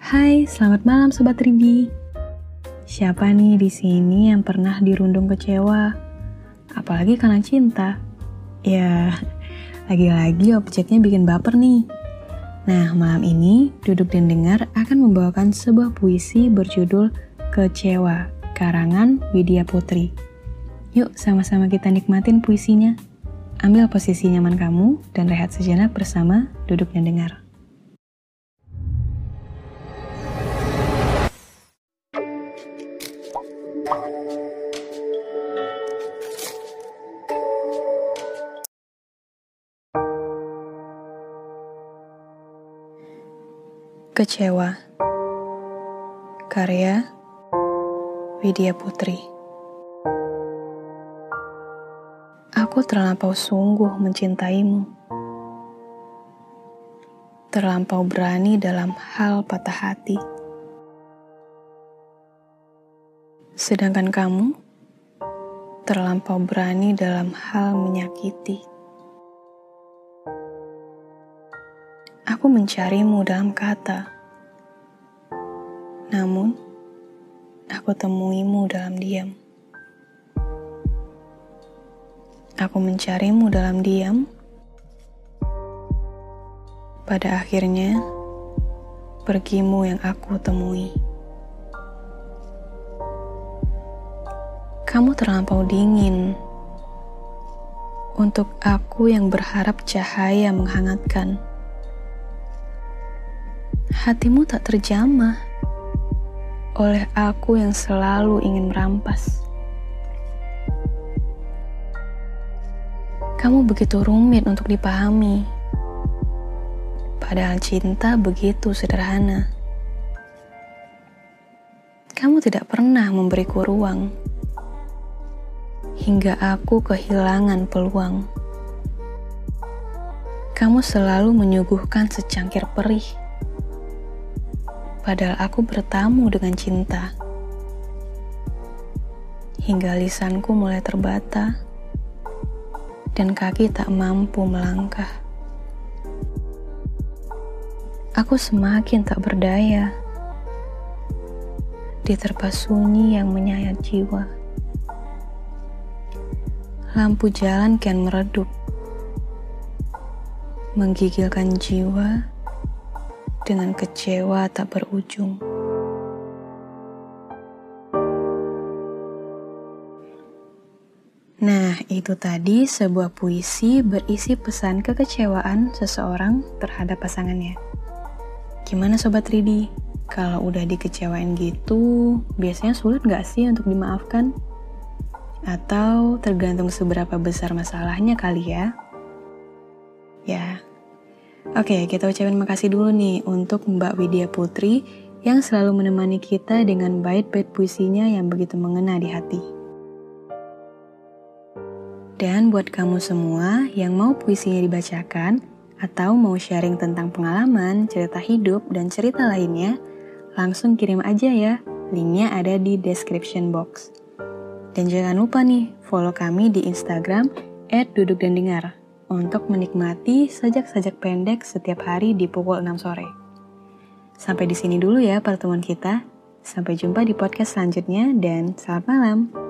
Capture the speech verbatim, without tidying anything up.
Hai, selamat malam Sobat Ribi. Siapa nih di sini yang pernah dirundung kecewa? Apalagi karena cinta. Ya, lagi-lagi objeknya bikin baper nih. Nah, malam ini Duduk dan Dengar akan membawakan sebuah puisi berjudul Kecewa, karangan Widya Putri. Yuk sama-sama kita nikmatin puisinya. Ambil posisi nyaman kamu dan rehat sejenak bersama Duduk dan Dengar. Kecewa, karya Widya Putri. Aku terlampau sungguh mencintaimu, terlampau berani dalam hal patah hati. Sedangkan kamu terlampau berani dalam hal menyakiti. Aku mencarimu dalam kata, namun aku temuimu dalam diam. Aku mencarimu dalam diam, pada akhirnya pergimu yang aku temui. Kamu terlampau dingin untuk aku yang berharap cahaya menghangatkan. Hatimu tak terjamah oleh aku yang selalu ingin merampas. Kamu begitu rumit untuk dipahami, padahal cinta begitu sederhana. Kamu tidak pernah memberiku ruang, hingga aku kehilangan peluang. Kamu selalu menyuguhkan secangkir perih, padahal aku bertamu dengan cinta. Hingga lisanku mulai terbata, dan kaki tak mampu melangkah. Aku semakin tak berdaya, diterpa sunyi yang menyayat jiwa. Lampu jalan kian meredup, menggigilkan jiwa dengan kecewa tak berujung. Nah, itu tadi sebuah puisi berisi pesan kekecewaan seseorang terhadap pasangannya. Gimana Sobat Ridi? Kalau udah dikecewain gitu, biasanya sulit gak sih untuk dimaafkan? Atau tergantung seberapa besar masalahnya kali ya? Ya, oke, kita ucapin makasih dulu nih untuk Mbak Widya Putri yang selalu menemani kita dengan bait-bait puisinya yang begitu mengena di hati. Dan buat kamu semua yang mau puisinya dibacakan atau mau sharing tentang pengalaman, cerita hidup, dan cerita lainnya, langsung kirim aja ya, linknya ada di description box. Dan jangan lupa nih, follow kami di Instagram et duduk dan dengar untuk menikmati sajak-sajak pendek setiap hari di pukul enam sore. Sampai di sini dulu ya pertemuan kita. Sampai jumpa di podcast selanjutnya dan selamat malam.